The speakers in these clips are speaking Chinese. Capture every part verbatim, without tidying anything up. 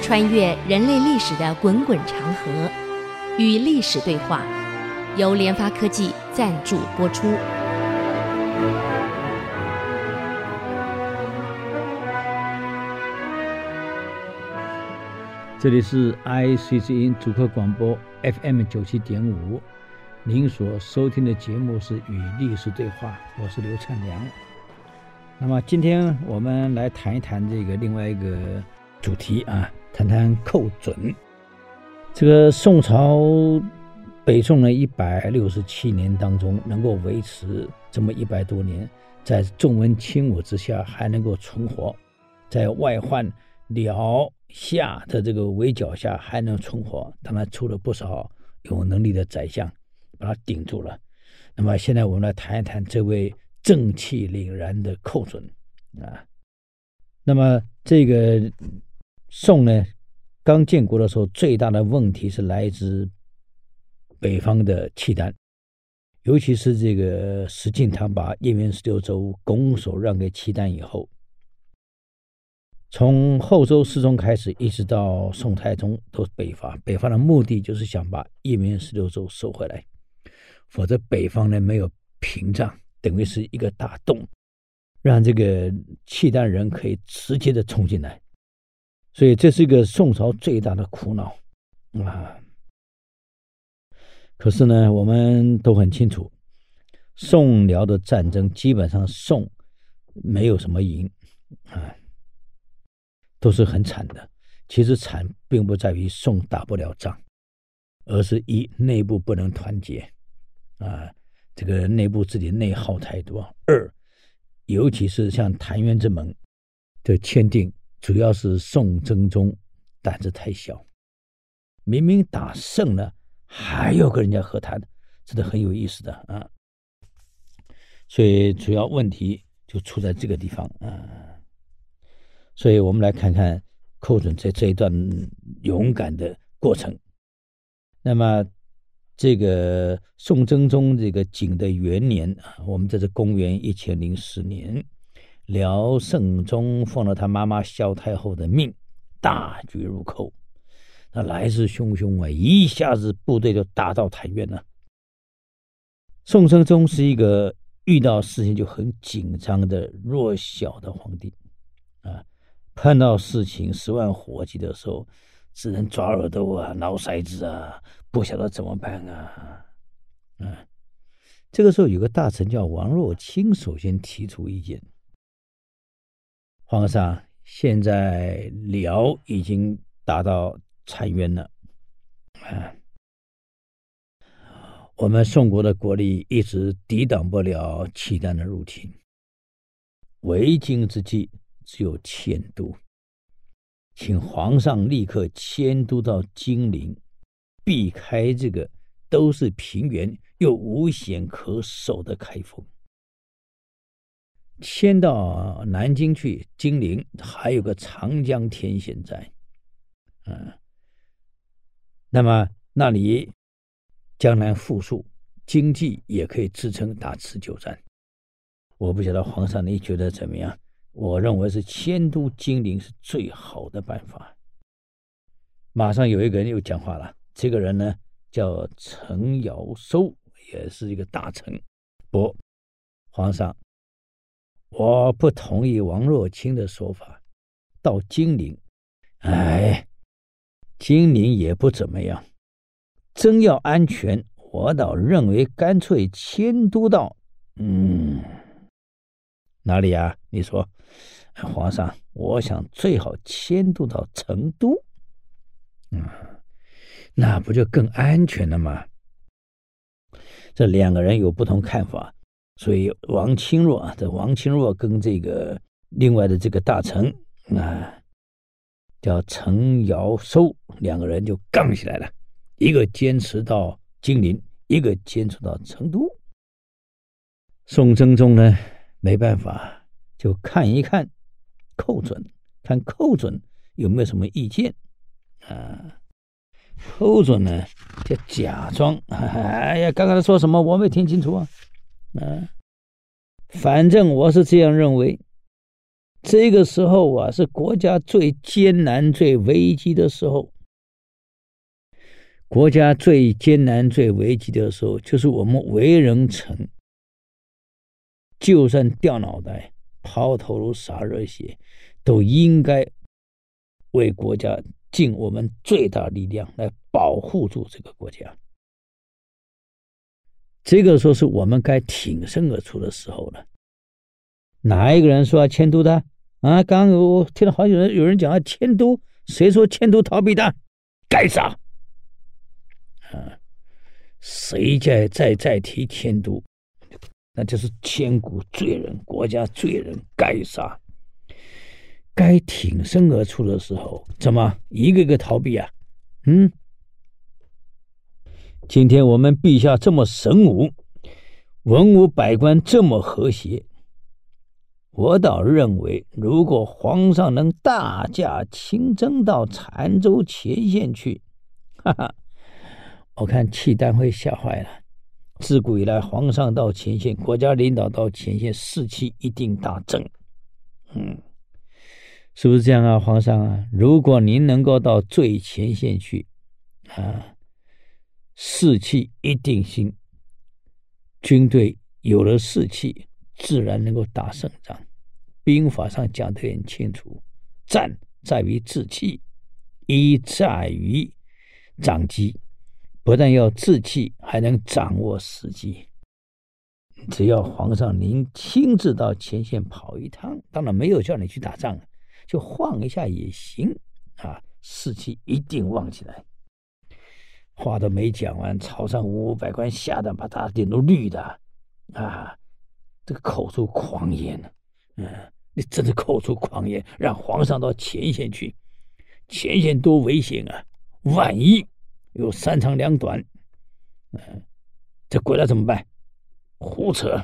穿越人类历史的滚滚长河，与历史对话，由联发科技赞助播出。 这里是 I C C N 主客广播 F M 九七点五，您所收听的节目是与历史对话，我是刘灿良。那么今天我们来谈一谈这个另外一个主题啊，谈谈寇准。这个宋朝北宋的一百六十七年当中，能够维持这么一百多年，在重文轻武之下还能够存活，在外患辽夏的这个围剿下还能存活，当然出了不少有能力的宰相把它顶住了。那么现在我们来谈一谈这位正气凛然的寇准啊。那么这个宋呢，刚建国的时候最大的问题是来自北方的契丹，尤其是这个石敬瑭把燕云十六州拱手让给契丹以后，从后周世宗开始一直到宋太宗都是北伐，北伐的目的就是想把燕云十六州收回来，否则北方呢没有屏障，等于是一个大洞，让这个契丹人可以直接的冲进来，所以这是一个宋朝最大的苦恼啊。可是呢，我们都很清楚，宋辽的战争基本上宋没有什么赢啊，都是很惨的。其实惨并不在于宋打不了仗，而是一内部不能团结啊，这个内部自己内耗太多。二，尤其是像澶渊之盟的签订，主要是宋真宗胆子太小，明明打胜了还要跟人家和谈，真的很有意思的啊。所以主要问题就出在这个地方啊。所以我们来看看寇准在这一段勇敢的过程。那么这个宋真宗这个景德元年，我们这是公元一千零十年，辽圣宗奉了他妈妈萧太后的命，大举入寇，那来势汹汹啊，一下子部队就打到澶渊了。宋真宗是一个遇到事情就很紧张的弱小的皇帝啊，碰到事情十万火急的时候，只能抓耳朵啊，挠腮子啊，不晓得怎么办啊。啊，这个时候有个大臣叫王若卿，首先提出意见：皇上，现在辽已经打到澶渊了啊，我们宋国的国力一直抵挡不了契丹的入侵，为今之计只有迁都，请皇上立刻迁都到金陵，避开这个都是平原又无险可守的开封，迁到南京去，金陵还有个长江天险在啊，那么那里江南富庶，经济也可以支撑打持久战。我不晓得皇上你觉得怎么样？我认为是迁都金陵是最好的办法。马上有一个人又讲话了，这个人呢叫陈尧收，也是一个大臣。不，皇上，我不同意王若卿的说法，到金陵，哎，金陵也不怎么样，真要安全，我倒认为干脆迁都到嗯哪里啊？你说，皇上，我想最好迁都到成都，嗯，那不就更安全了吗？这两个人有不同看法，所以王钦若啊，这王钦若跟这个另外的这个大臣啊，叫陈尧收，两个人就杠起来了，一个坚持到金陵，一个坚持到成都。宋真宗呢，没办法，就看一看寇准，看寇准有没有什么意见啊？寇准呢，就假装，哎呀，刚刚他说什么我没听清楚啊，啊，反正我是这样认为， 这个时候啊，是国家最艰难、最危机的时候。国家最艰难、最危机的时候，就是我们为人臣，就算掉脑袋、抛头颅、洒热血，都应该为国家尽我们最大力量来保护住这个国家。这个时候是我们该挺身而出的时候了。哪一个人说要迁都的啊？刚刚我听了好久人有人讲要迁都，谁说迁都逃避的？该杀！啊，谁再再再提迁都，那就是千古罪人，国家罪人，该杀！该挺身而出的时候，怎么一个个逃避啊？嗯，今天我们陛下这么神武，文武百官这么和谐，我倒认为，如果皇上能大驾亲征到澶州前线去，哈哈，我看契丹会吓坏了。自古以来，皇上到前线，国家领导到前线，士气一定大振。嗯，是不是这样啊，皇上啊？如果您能够到最前线去，啊，士气一定兴，军队有了士气，自然能够打胜仗。兵法上讲得很清楚，战在于志气，一在于长机。不但要志气，还能掌握时机。只要皇上您亲自到前线跑一趟，当然没有叫你去打仗，就晃一下也行啊，士气一定旺起来。话都没讲完，朝上五百官吓得把他脸都绿的啊，这个口出狂言了，嗯，你真是口出狂言，让皇上到前线去，前线多危险啊！万一有三长两短，嗯，这国家怎么办？胡扯！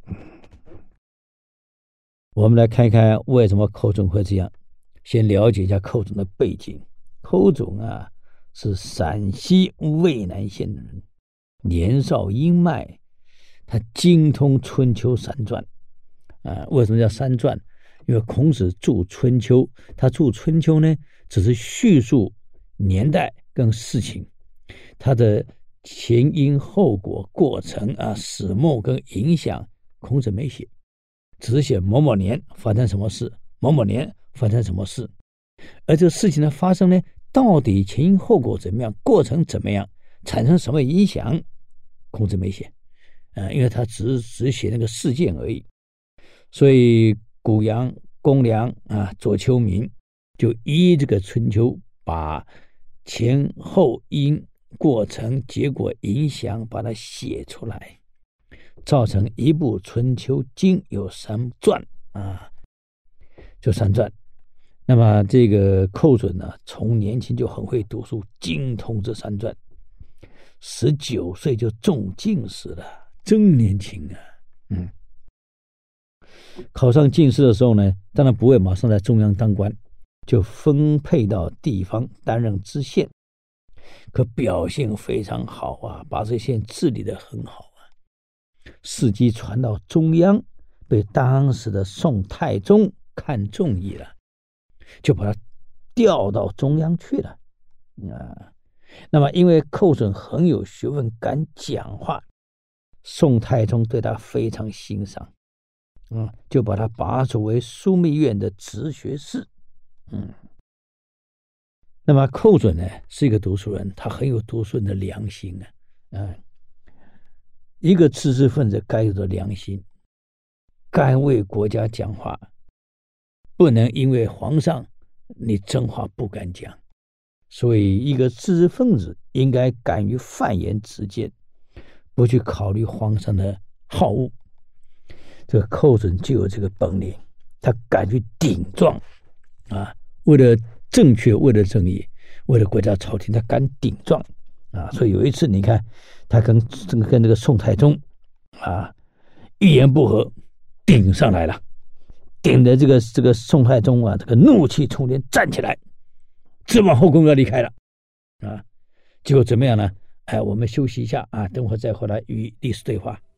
我们来看看为什么寇准会这样。先了解一下寇准的背景。寇准啊，是陕西渭南县的人，年少英迈，他精通春秋三传。啊，为什么叫三传？因为孔子著春秋，他著春秋呢，只是叙述年代跟事情。它的前因后果、过程啊、始末跟影响，孔子没写，只是写某某年发生什么事，某某年发生什么事，而这个事情的发生呢，到底前因后果怎么样，过程怎么样，产生什么影响，孔子没写，呃，因为他只只写那个事件而已。所以谷阳、公良啊、左丘明就依这个春秋，把前后因、过程、结果、影响把它写出来，造成一部《春秋经》，有三传啊，就三传。那么这个寇准呢，从年轻就很会读书，精通这三传，十九岁就中进士了，真年轻啊！嗯，考上进士的时候呢，当然不会马上在中央当官，就分配到地方担任知县。可表现非常好啊，把这县治理得很好啊。事迹传到中央，被当时的宋太宗看中意了，就把他调到中央去了啊。那么因为寇准很有学问，敢讲话，宋太宗对他非常欣赏，嗯，就把他拔擢为枢密院的直学士，嗯。那么寇准呢，是一个读书人，他很有读书人的良心啊，嗯，一个知识分子该有的良心，该为国家讲话，不能因为皇上你真话不敢讲，所以一个知识分子应该敢于犯言直谏，不去考虑皇上的好恶。这个寇准就有这个本领，他敢去顶撞啊，为了正确，为了正义，为了国家朝廷，他敢顶撞啊！所以有一次，你看他跟跟这个宋太宗啊一言不合，顶上来了，顶的这个这个宋太宗啊，这个怒气冲天，站起来，直往后宫要离开了啊！结果怎么样呢？哎，我们休息一下啊，等会儿再回来与历史对话。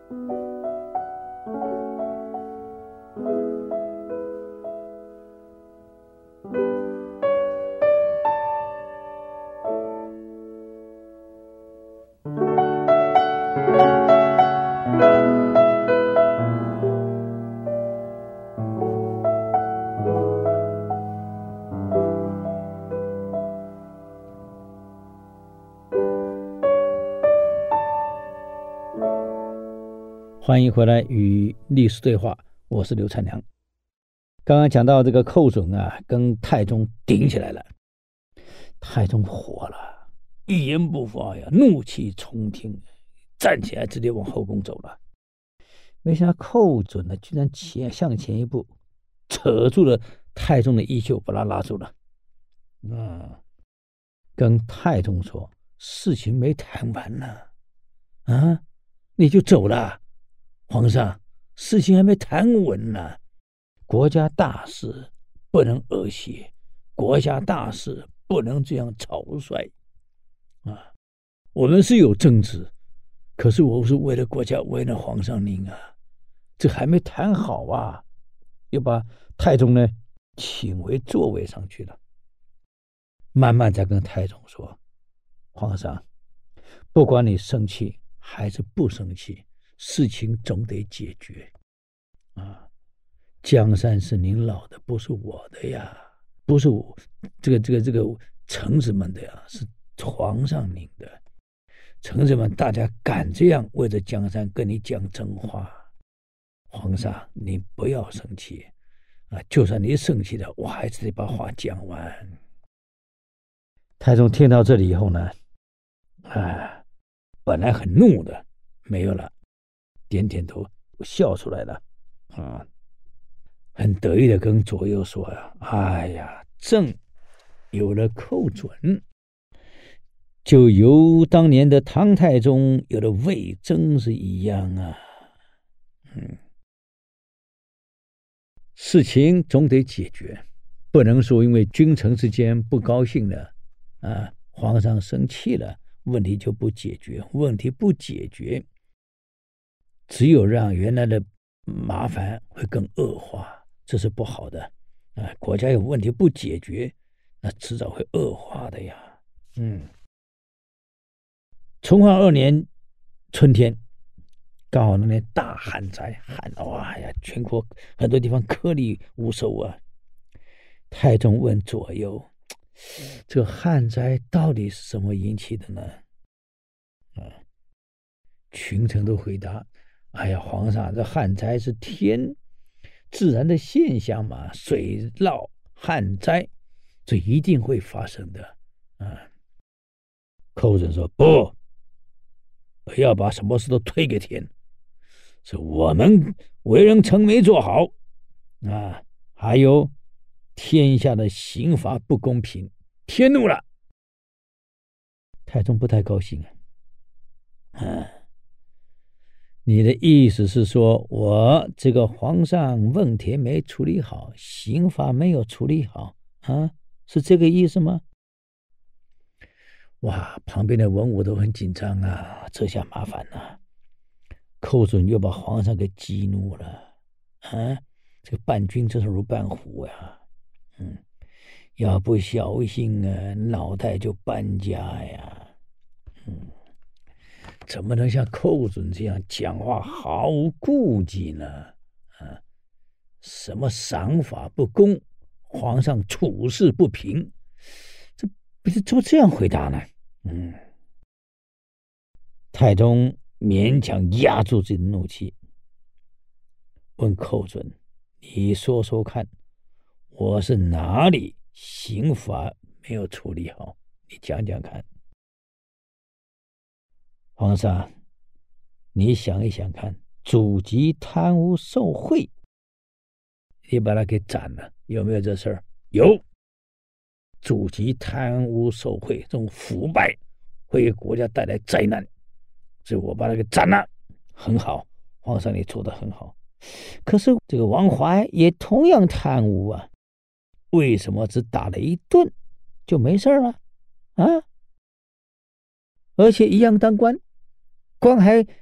欢迎回来与历史对话，我是刘灿良。刚刚讲到这个寇准啊，跟太宗顶起来了，太宗火了，一言不发呀，怒气冲天，站起来直接往后宫走了。没想到寇准呢，居然前向前一步，扯住了太宗的衣袖，把他拉住了。啊，跟太宗说，事情没谈完呢，啊，你就走了。皇上，事情还没谈稳呢，国家大事不能儿戏，国家大事不能这样草率啊！我们是有争执，可是我是为了国家，为了皇上您啊，这还没谈好啊！又把太宗呢请回座位上去了，慢慢再跟太宗说：“皇上，不管你生气还是不生气。”事情总得解决啊！江山是您老的，不是我的呀，不是我这个这个这个臣子们的呀，是皇上您的。臣子们，大家敢这样为着江山跟你讲真话，皇上你不要生气啊！就算你生气了，我还是得把话讲完。太宗听到这里以后呢，啊，本来很怒的，没有了。点点头，笑出来了，啊，很得意的跟左右说呀：“哎呀，朕有了寇准，就由当年的唐太宗有了魏征是一样啊。嗯，事情总得解决，不能说因为君臣之间不高兴了，啊，皇上生气了，问题就不解决，问题不解决。”只有让原来的麻烦会更恶化，这是不好的啊！国家有问题不解决，那迟早会恶化的呀。嗯，崇化二年春天，刚好那年大旱灾，旱哇呀，全国很多地方颗粒无收啊。太宗问左右：“这旱灾到底是什么引起的呢？”啊，群臣都回答。哎呀，皇上，这旱灾是天自然的现象嘛，水涝旱灾，这一定会发生的啊。寇准说：“不，不要把什么事都推给天，是我们为人臣没做好啊，还有天下的刑罚不公平，天怒了。”太宗不太高兴啊。啊，你的意思是说，我这个皇上问题没处理好，刑罚没有处理好啊？是这个意思吗？哇，旁边的文武都很紧张啊，这下麻烦了。寇准又把皇上给激怒了啊！这个伴君真是如伴虎呀，嗯，要不小心啊，脑袋就搬家呀，嗯。怎么能像寇准这样讲话毫无顾忌呢？啊，什么赏罚不公，皇上处事不平，这不是怎么这样回答呢？嗯，太宗勉强压住自己的怒气，问寇准：“你说说看，我是哪里刑罚没有处理好？你讲讲看。”皇上，你想一想看，祖籍贪污受贿，你把他给斩了，有没有这事儿？有。祖籍贪污受贿，这种腐败会给国家带来灾难，所以我把他给斩了。很好，皇上你做得很好。可是这个王怀也同样贪污啊，为什么只打了一顿就没事了啊？而且一样当官，官还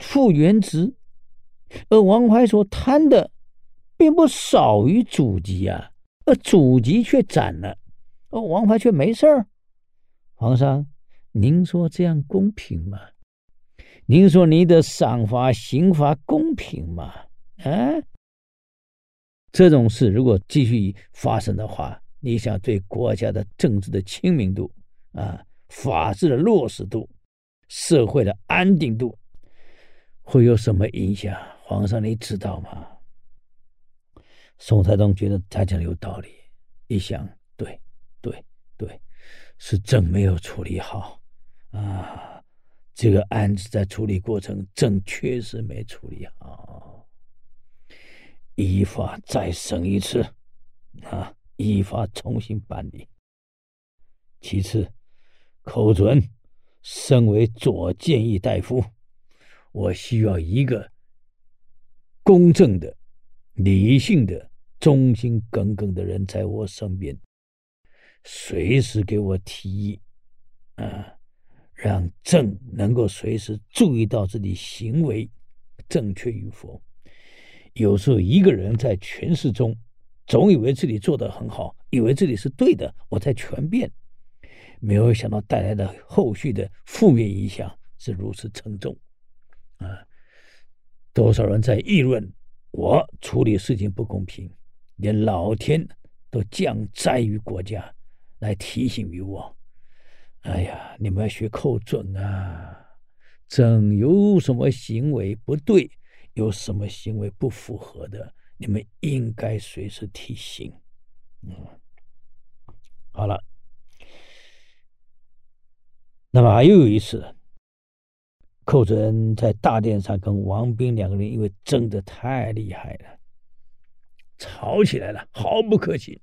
复原职，而王怀所贪的并不少于祖籍啊，而祖籍却斩了，而王怀却没事儿。皇上，您说这样公平吗？您说您的赏罚刑罚公平吗？啊，这种事如果继续发生的话，你想对国家的政治的清明度啊，法治的落实度，社会的安定度会有什么影响？皇上你知道吗？宋太宗觉得他讲的有道理，一想，对对对，是朕没有处理好啊，这个案子在处理过程朕确实没处理好，依法再审一次啊，依法重新办理。其次，寇准身为左谏议大夫，我需要一个公正的、理性的、忠心耿耿的人在我身边，随时给我提议啊，让朕能够随时注意到自己行为正确与否。有时候一个人在权势中总以为自己做得很好，以为自己是对的，我在权变，没有想到带来的后续的负面影响是如此沉重啊！多少人在议论我处理事情不公平，连老天都降灾于国家，来提醒于我。哎呀，你们要学寇准啊！朕有什么行为不对，有什么行为不符合的，你们应该随时提醒。嗯，好了。那么还又有一次，寇准在大殿上跟王斌两个人因为争得太厉害了，吵起来了，毫不客气。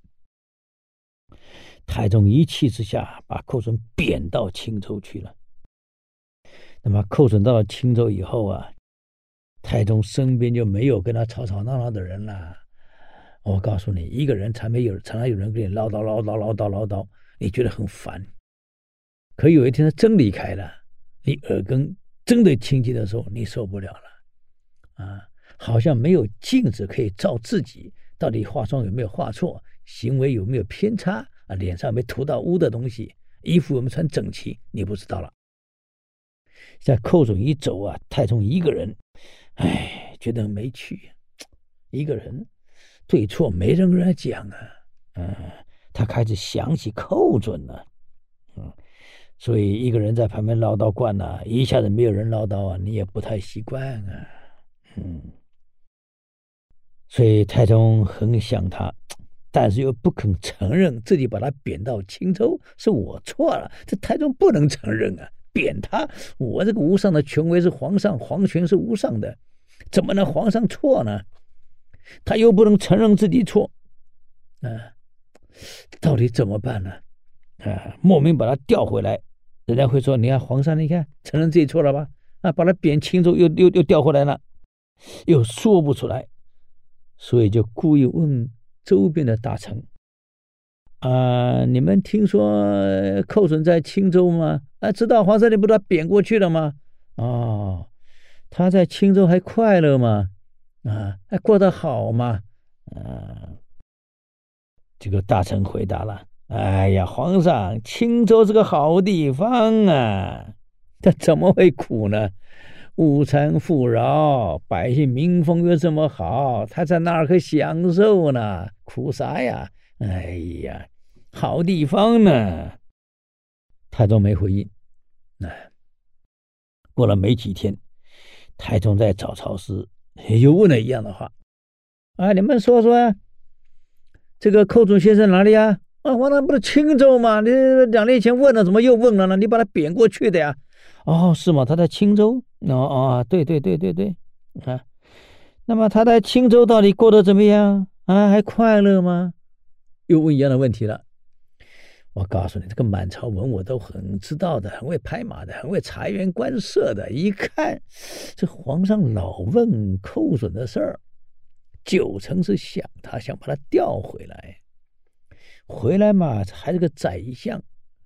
太宗一气之下把寇准贬到青州去了。那么寇准到了青州以后啊，太宗身边就没有跟他吵吵闹闹的人了。我告诉你，一个人常没有常常有人跟你唠叨唠叨唠叨唠叨，你觉得很烦。可有一天他真离开了，你耳根真的清净的时候，你受不了了啊！好像没有镜子可以照自己，到底化妆有没有化错，行为有没有偏差啊？脸上没涂到污的东西，衣服有没有穿整齐，你不知道了。在寇准一走啊，太宗一个人，哎，觉得没趣，一个人对错没人跟他讲啊，嗯，他开始想起寇准了，嗯。所以一个人在旁边唠叨惯了，一下子没有人唠叨啊，你也不太习惯啊。嗯，所以太宗很想他，但是又不肯承认自己把他贬到青州是我错了，这太宗不能承认啊，贬他，我这个无上的权威是皇上，皇权是无上的，怎么能皇上错呢？他又不能承认自己错啊，到底怎么办呢？啊，莫名把他调回来。人家会说，你看皇上，你看承认自己错了吧？啊，把他贬青州又又又调回来了，又说不出来，所以就故意问周边的大臣啊，你们听说寇准在青州吗？啊，知道皇上你不把他贬过去了吗？哦，他在青州还快乐吗？啊，还过得好吗？啊，这个大臣回答了。哎呀，皇上，青州是个好地方啊，他怎么会苦呢？物产富饶，百姓民风又这么好，他在那儿可享受呢，苦啥呀？哎呀，好地方呢。太宗没回应。哎，过了没几天，太宗在找朝时又问了一样的话。啊，你们说说，这个寇准先生哪里啊？啊，皇上不是青州吗？你两年前问了，怎么又问了呢？你把他贬过去的呀？哦，是吗？他在青州？哦哦，对对对对对，啊，那么他在青州到底过得怎么样啊？还快乐吗？又问一样的问题了。我告诉你，这个满朝文我都很知道的，很会拍马的，很会察言观色的。一看这皇上老问寇准的事儿，九成是想他，想把他调回来。回来嘛，还是个宰相，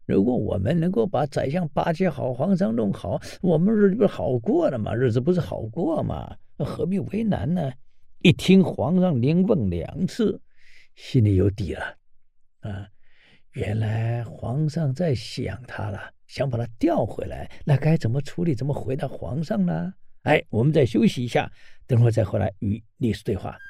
如果我们能够把宰相巴结好，皇上弄好，我们日子不是好过了吗？日子不是好过吗？何必为难呢？一听皇上连问两次，心里有底了啊！原来皇上在想他了，想把他调回来，那该怎么处理？怎么回答皇上呢？哎，我们再休息一下，等会儿再回来与历史对话。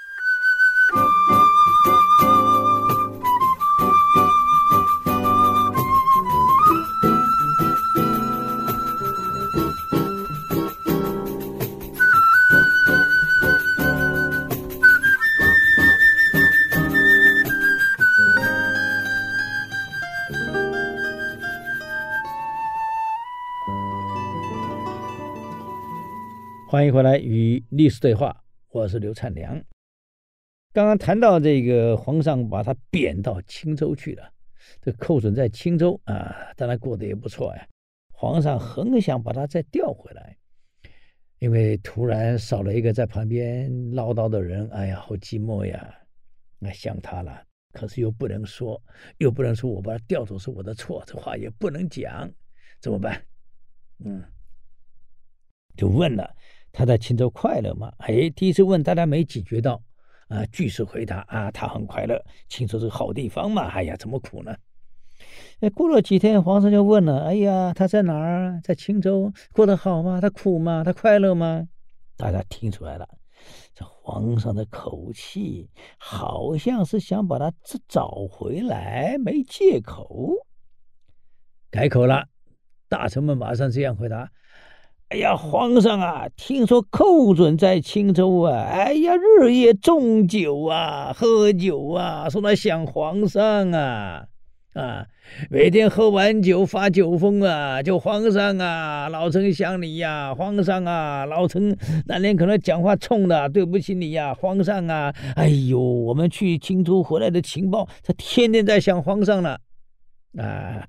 欢迎回来与历史对话，我是刘灿良。刚刚谈到这个皇上把他贬到青州去了，这寇准在青州啊，当然过得也不错呀。皇上很想把他再调回来，因为突然少了一个在旁边唠叨的人，哎呀，好寂寞呀，那想他了。可是又不能说，又不能说我把他调走是我的错，这话也不能讲，怎么办？嗯，就问了。他在青州快乐吗？哎，第一次问大家没解决到啊，据实回答啊，他很快乐。青州是个好地方嘛，哎呀，怎么苦呢？哎，过了几天，皇上就问了，哎呀，他在哪儿？在青州过得好吗？他苦吗？他快乐吗？大家听出来了，这皇上的口气好像是想把他找回来，没借口。改口了，大臣们马上这样回答。哎呀，皇上啊，听说寇准在青州啊，哎呀，日夜纵酒啊，喝酒啊，说他想皇上啊，啊，每天喝完酒发酒疯啊，就皇上啊，老臣想你呀，皇上啊，老臣那天可能讲话冲的，对不起你呀，皇上啊，哎呦，我们去青州回来的情报，他天天在想皇上呢，啊。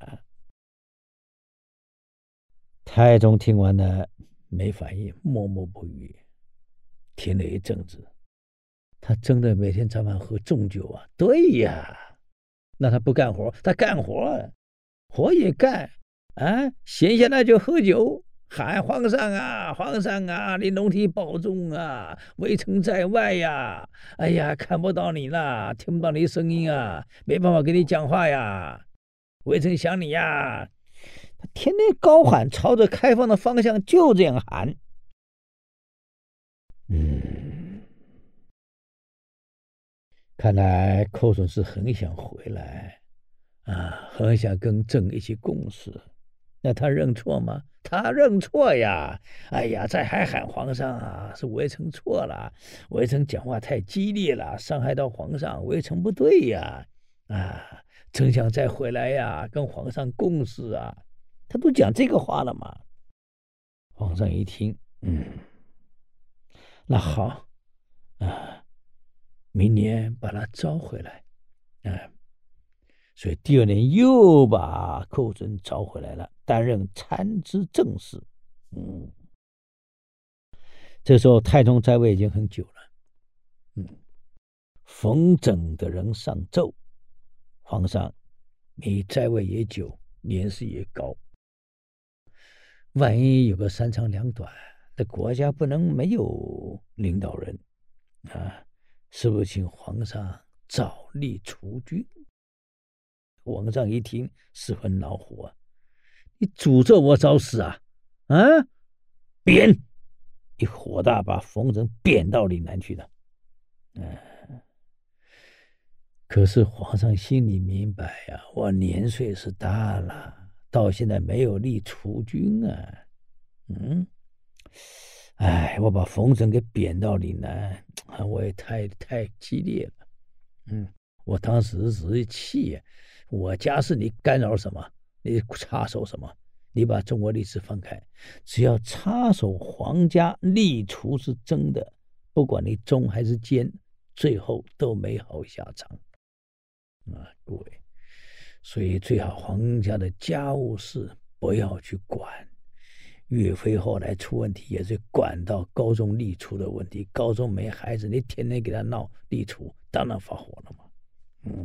太宗听完了没反应，默默不语。听了一阵子，他真的每天早晚喝重酒啊？对呀，那他不干活？他干活，活也干啊，闲下来就喝酒，喊皇上啊，皇上啊，你龙体保重啊，微臣在外呀，哎呀，看不到你了，听不到你声音啊，没办法跟你讲话呀，微臣想你呀。他天天高喊，朝着开放的方向就这样喊。嗯，看来寇准是很想回来啊，很想跟朕一起共事。那他认错吗？他认错呀！哎呀，这还喊皇上啊，是微臣错了，微臣讲话太激烈了，伤害到皇上，微臣不对呀！啊，朕想再回来呀，跟皇上共事啊。他都讲这个话了嘛？皇上一听，嗯，那好啊，明年把他招回来，啊，所以第二年又把寇准招回来了，担任参知政事。嗯，这时候太宗在位已经很久了，嗯，冯拯的人上奏，皇上，你在位也久，年事也高。万一有个三长两短，这国家不能没有领导人啊！是不是请皇上早立储君？皇上一听十分恼火啊！你诅咒我找死啊！啊！贬！一火大把冯拯贬到岭南去了。嗯、啊，可是皇上心里明白呀、啊，我年岁是大了。到现在没有立储君啊，嗯，哎，我把冯拯给贬到岭南，我也太太激烈了，嗯，我当时只是气，我家事你干扰什么？你插手什么？你把中国历史翻开，只要插手皇家立储是真的，不管你忠还是奸，最后都没好下场啊，各位。所以最好皇家的家务事不要去管。岳飞后来出问题也是管到高中立储的问题，高中没孩子，你天天给他闹立储，当然发火了嘛。嗯，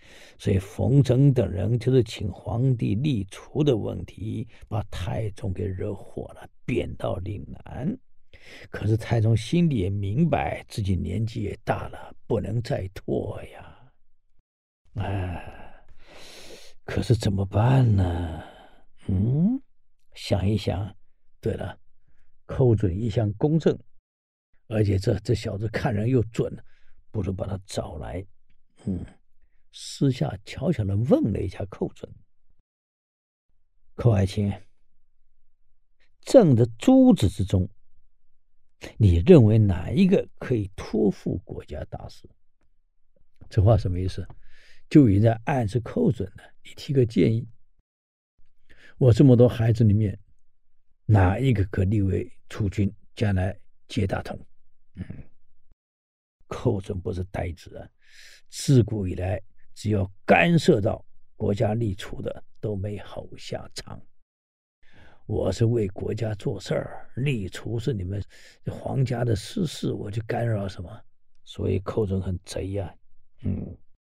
所以冯征等人就是请皇帝立储的问题，把太宗给惹火了，贬到岭南。可是太宗心里也明白自己年纪也大了，不能再拖呀。哎，可是怎么办呢？嗯，想一想，对了，寇准一向公正，而且这这小子看人又准，不如把他找来。嗯，私下悄悄地问了一下寇准：“寇爱卿，朕的诸子之中，你认为哪一个可以托付国家大事？”这话什么意思？就已经在暗示寇准了。你提个建议，我这么多孩子里面，哪一个可立为储君，将来接大统？嗯，寇准不是呆子啊！自古以来，只要干涉到国家立储的，都没好下场。我是为国家做事儿，立储是你们皇家的私事，我去干扰什么？所以寇准很贼呀、啊，嗯，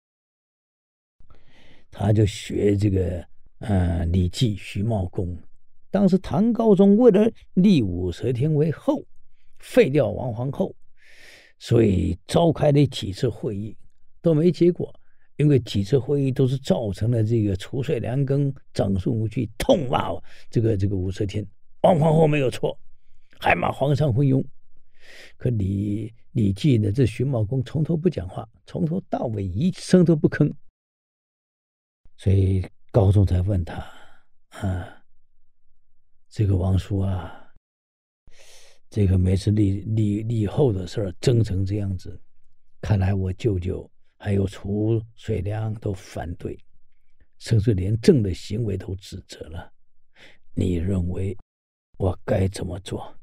他就学这个呃李绩、徐茂公。当时唐高宗为了立武则天为后，废掉王皇后，所以召开了几次会议都没结果。因为几次会议都是造成了这个褚遂良跟长孙无忌痛骂这个这个武则天，王皇后没有错，还骂皇上昏庸。可李李绩呢，这徐茂公从头不讲话，从头到尾一声都不吭。所以高宗才问他啊，这个王叔啊，这个每次立立立后的事儿争成这样子，看来我舅舅还有褚遂良都反对，甚至连朕的行为都指责了。你认为我该怎么做？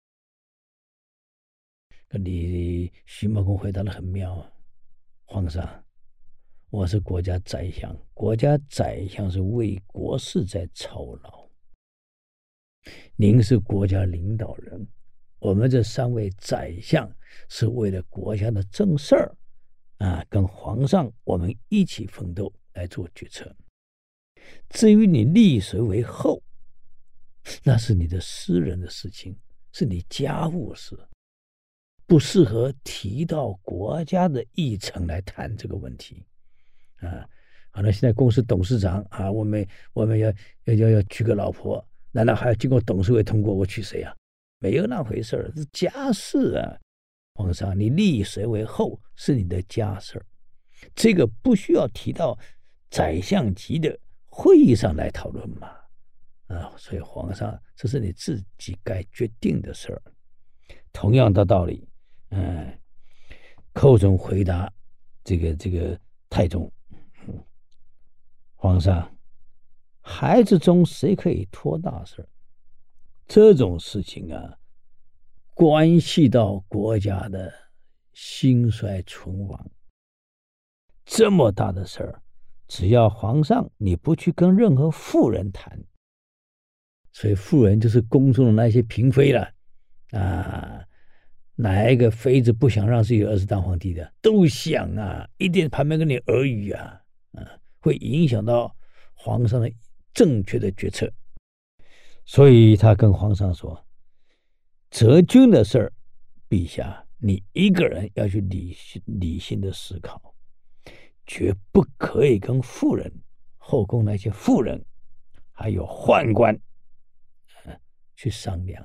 李徐茂公回答得很妙啊，皇上，我是国家宰相，国家宰相是为国事在操劳。您是国家领导人，我们这三位宰相是为了国家的正事儿啊，跟皇上我们一起奋斗来做决策。至于你立谁为后，那是你的私人的事情，是你家务事，不适合提到国家的议程来谈这个问题啊。好了，现在公司董事长啊，我们我们要要要要娶个老婆，难道还要经过董事会通过我娶谁啊？没有那回事儿，是家事啊。皇上，你立谁为后是你的家事，这个不需要提到宰相级的会议上来讨论嘛？啊，所以皇上，这是你自己该决定的事儿。同样的道理，嗯，寇准回答这个这个太宗，嗯，皇上，孩子中谁可以托大事？这种事情啊，关系到国家的兴衰存亡，这么大的事儿，只要皇上你不去跟任何妇人谈，所以妇人就是宫中的那些嫔妃了啊，哪一个妃子不想让自己的儿子当皇帝的？都想啊，一定旁边跟你耳语啊，啊，会影响到皇上的正确的决策。所以他跟皇上说，择君的事儿，陛下你一个人要去理性理性的思考，绝不可以跟妇人、后宫那些妇人还有宦官、呃、去商量。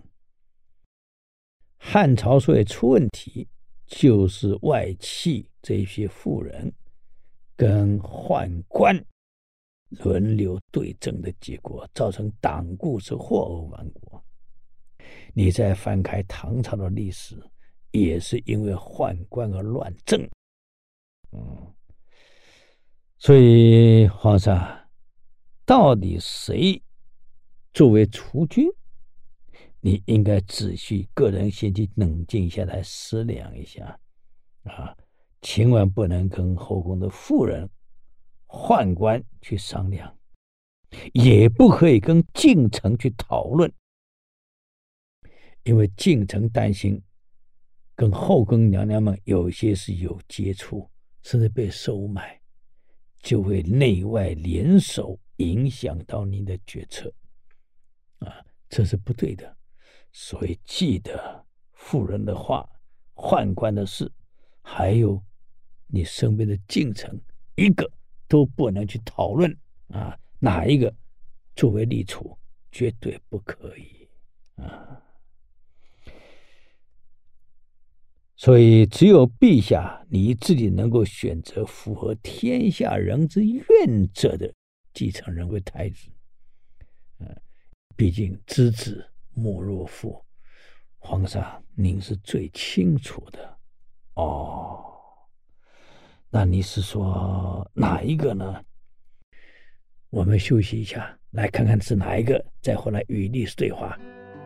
汉朝所以出问题，就是外戚这些妇人跟宦官轮流对争的结果，造成党锢之祸而亡国。你再翻开唐朝的历史，也是因为宦官而乱政。嗯，所以皇上，到底谁作为储君，你应该仔细个人先去冷静下来思量一下啊，千万不能跟后宫的妇人、宦官去商量，也不可以跟近臣去讨论，因为近臣担心跟后宫娘娘们有些是有接触，甚至被收买。 就会内外联手影响到你的决策啊，这是不对的。所以记得妇人的话、宦官的事，还有你身边的近臣，一个都不能去讨论啊，哪一个作为立储，绝对不可以啊。所以只有陛下你自己能够选择符合天下人之愿者的继承人为太子。呃、毕竟知子莫若父，皇上您是最清楚的哦。那你是说哪一个呢？我们休息一下，来看看是哪一个，再回来与历史对话。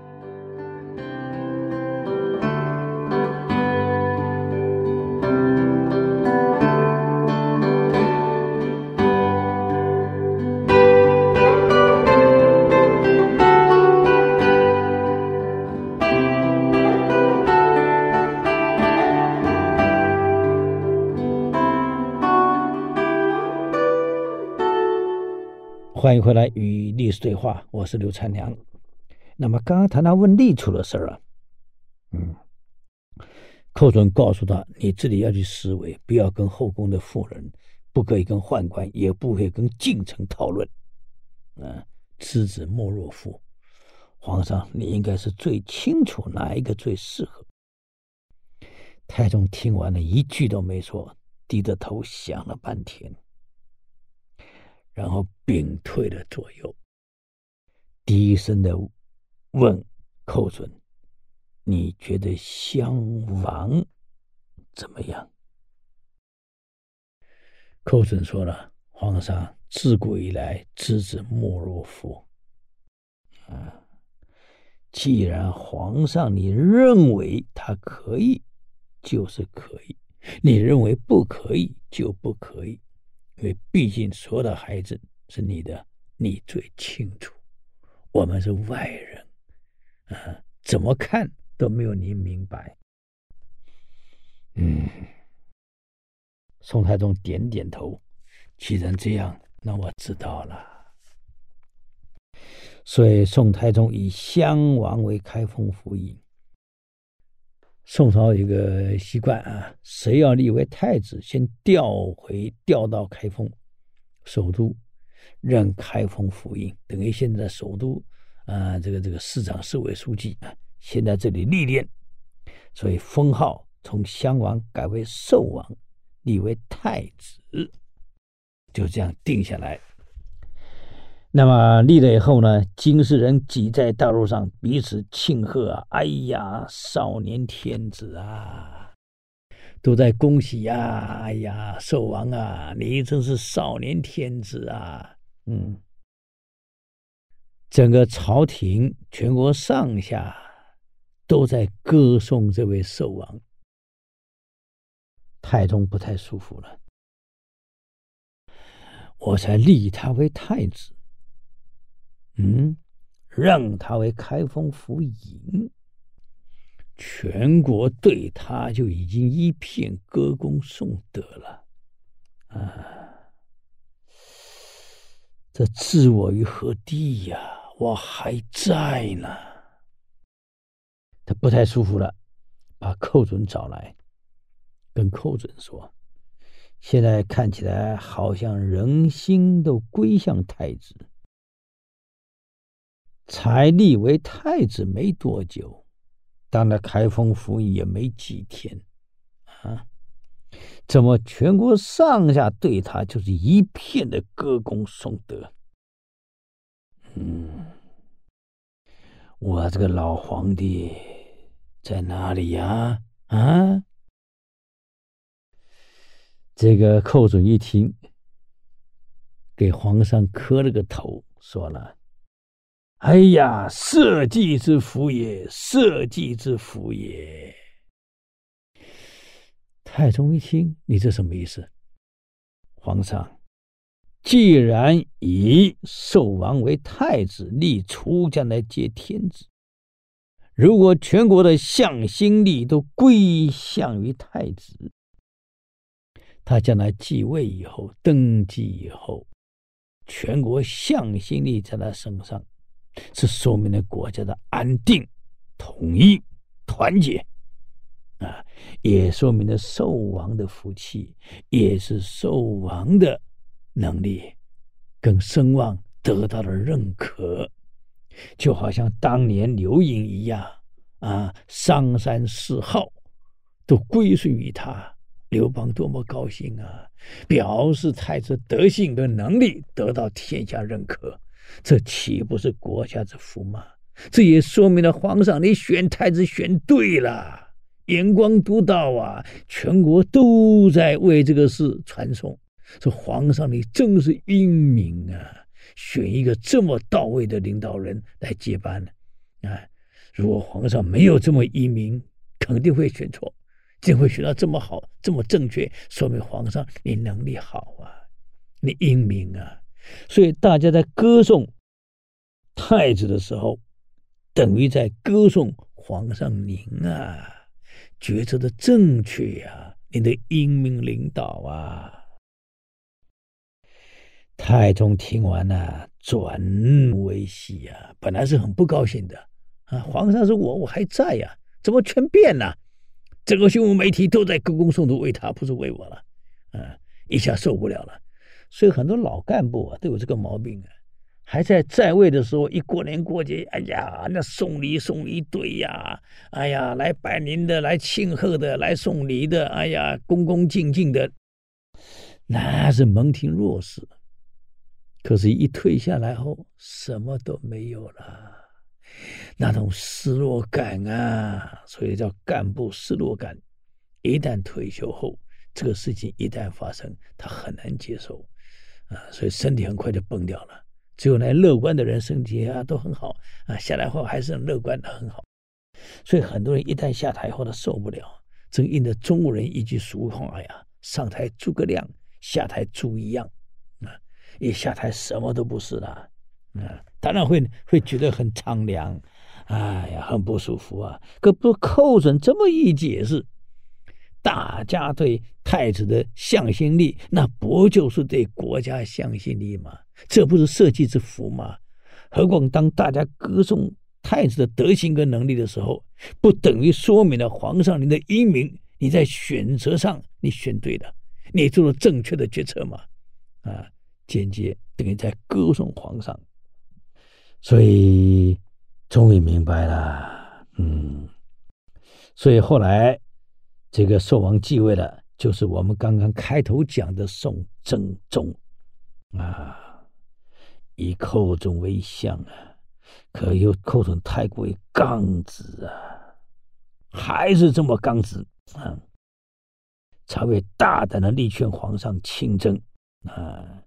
欢迎回来与历史对话，我是刘灿良。那么刚刚谈到问立储的事儿啊，嗯，寇准告诉他，你这里要去思维，不要跟后宫的妇人，不可以跟宦官，也不可以跟近臣讨论。嗯，知子莫若父，皇上你应该是最清楚哪一个最适合。太宗听完了，一句都没说，低着头想了半天。然后屏退了左右，低声的问寇准：“你觉得襄王怎么样？”寇准说了：“皇上自古以来，知子莫若父。啊，既然皇上你认为他可以，就是可以；你认为不可以，就不可以。因为毕竟所有的孩子是你的，你最清楚。我们是外人，啊，怎么看都没有你明白。”嗯，宋太宗点点头，既然这样，那我知道了。所以宋太宗以襄王为开封府尹。宋朝有一个习惯啊，谁要立为太子，先调回调到开封首都，任开封府尹，等于现在的首都啊、呃，这个这个市长、市委书记啊，先在这里历练，所以封号从襄王改为寿王，立为太子，就这样定下来。那么立了以后呢，京师人挤在道路上彼此庆贺啊！哎呀，少年天子啊，都在恭喜呀！哎呀，寿王啊，你真是少年天子啊！嗯，整个朝廷、全国上下都在歌颂这位寿王。太宗不太舒服了，我才立他为太子。嗯，让他为开封府尹，全国对他就已经一片歌功颂德了啊！这置我于何地呀？我还在呢。他不太舒服了，把寇准找来，跟寇准说：“现在看起来好像人心都归向太子。才立为太子没多久，当了开封府尹也没几天啊，怎么全国上下对他就是一片的歌功颂德？嗯，我这个老皇帝在哪里呀？啊？”这个寇准一听，给皇上磕了个头，说了：“哎呀，社稷之福也，社稷之福也。”太宗一听，你这什么意思？皇上，既然以寿王为太子，立出将来接天子，如果全国的向心力都归向于太子， 他将来继位以后，登基以后，全国向心力在他身上，是说明了国家的安定、统一、团结啊，也说明了寿王的福气，也是寿王的能力跟声望得到了认可，就好像当年刘盈一样啊，商山四号都归顺于他，刘邦多么高兴啊！表示太子德性跟能力得到天下认可，这岂不是国家之福吗？这也说明了皇上你选太子选对了，眼光独到啊！全国都在为这个事传颂，说皇上你真是英明啊，选一个这么到位的领导人来接班啊！如果皇上没有这么英明，肯定会选错，怎会选到这么好这么正确，说明皇上你能力好啊，你英明啊！所以大家在歌颂太子的时候，等于在歌颂皇上您啊，决策的正确啊，您的英明领导啊。太宗听完了，转怒为喜啊，本来是很不高兴的啊，皇上是我，我还在呀、啊，怎么全变了？整个新闻媒体都在歌功颂德，为他不是为我了，啊，一下受不了了。所以很多老干部啊都有这个毛病啊，还在在位的时候，一过年过节，哎呀，那送礼送一堆呀，哎呀，来拜年的，来庆贺的，来送礼的，哎呀，恭恭敬敬的，那是门庭若市。可是，一退下来后，什么都没有了，那种失落感啊，所以叫干部失落感。一旦退休后，这个事情一旦发生，他很难接受啊，所以身体很快就崩掉了。只有那乐观的人，身体啊都很好啊，下来后还是很乐观的，很好。所以很多人一旦下台后，他受不了。正应着中国人一句俗话呀：“上台诸葛亮，下台猪一样。”啊。一下台什么都不是了，啊，当然会会觉得很苍凉，哎呀，很不舒服啊。可不寇准这么一解释，大家对太子的向心力，那不就是对国家向心力吗？这不是社稷之福吗？何况当大家歌颂太子的德行跟能力的时候，不等于说明了皇上您的英明，你在选择上你选对了，你做了正确的决策吗？啊。间接等于在歌颂皇上，所以终于明白了，嗯，所以后来这个寿王继位了，就是我们刚刚开头讲的宋真宗啊，以寇准为相啊，可又寇准太过于刚直啊，还是这么刚直啊，才会大胆的力劝皇上亲征啊。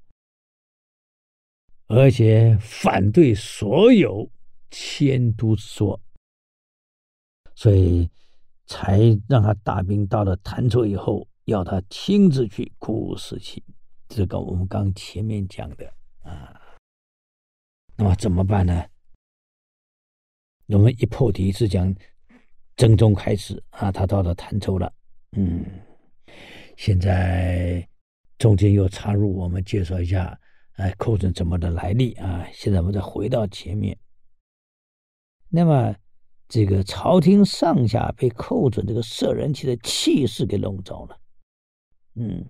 而且反对所有迁都之说，所以才让他大兵到了潭州以后，要他亲自去鼓舞士气。这个我们刚前面讲的啊。那么怎么办呢？我们一破题是讲真宗开始啊，他到了潭州了，嗯，现在中间又插入我们介绍一下。哎，寇准怎么的来历啊？现在我们再回到前面。那么，这个朝廷上下被寇准这个摄人气的气势给笼罩了。嗯，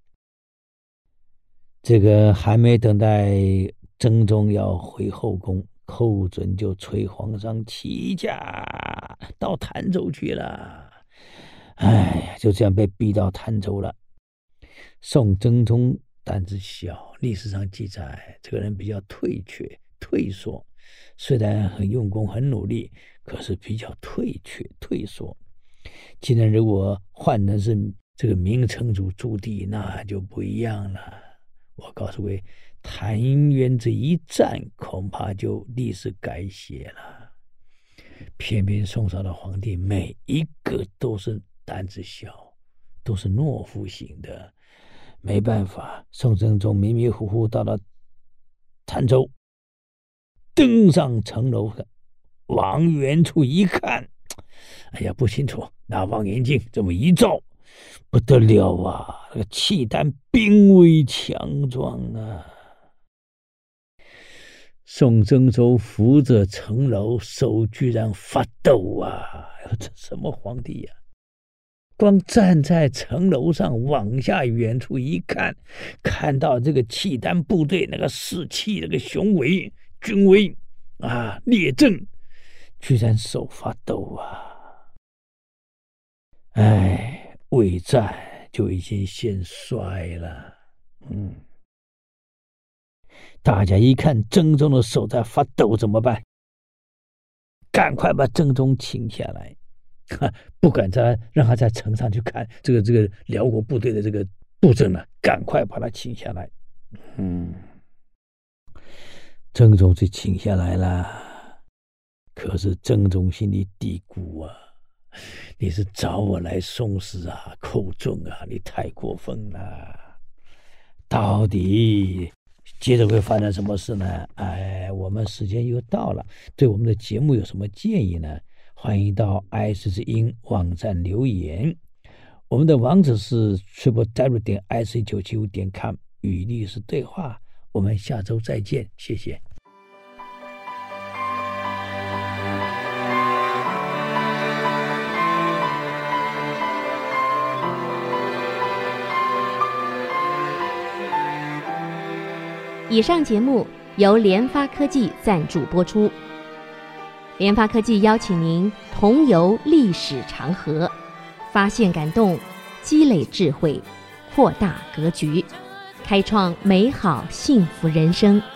这个还没等待真宗要回后宫，寇准就催皇上起驾到潭州去了。哎呀，就这样被逼到潭州了。宋真宗胆子小，历史上记载这个人比较退却退缩，虽然很用功很努力，可是比较退却退缩。既然如果换成是这个明成祖朱棣，那就不一样了。我告诉各位，潭渊这一战恐怕就历史改写了。偏偏宋朝的皇帝每一个都是胆子小，都是懦夫型的。没办法，宋真宗迷迷糊糊到了潭州，登上城楼，往远处一看，哎呀，不清楚，拿望远镜这么一照， 不得了啊！那个契丹兵威强壮啊！宋征州扶着城楼，手居然发抖啊！这什么皇帝呀、啊？光站在城楼上往下远处一看，看到这个契丹部队那个士气、那个雄伟、军威啊，列阵，居然手发抖啊！哎，魏战就已经先衰了。嗯，大家一看征宗的手在发抖，怎么办？赶快把征宗请下来。不敢再让他在城上去看这个这个辽国部队的这个布阵了，赶快把他请下来。嗯，征宗就请下来了，可是征宗心里嘀咕啊，你是找我来送死啊，寇仲啊，你太过分了。到底接着会发生什么事呢？哎，我们时间又到了，对我们的节目有什么建议呢？欢迎到 iC 之音网站留言，我们的网址是 triple w 点 i c 九七五点 com 与历史对话。我们下周再见，谢谢。 以上节目由联发科技赞助播出。联发科技邀请您同游历史长河，发现感动，积累智慧，扩大格局，开创美好幸福人生。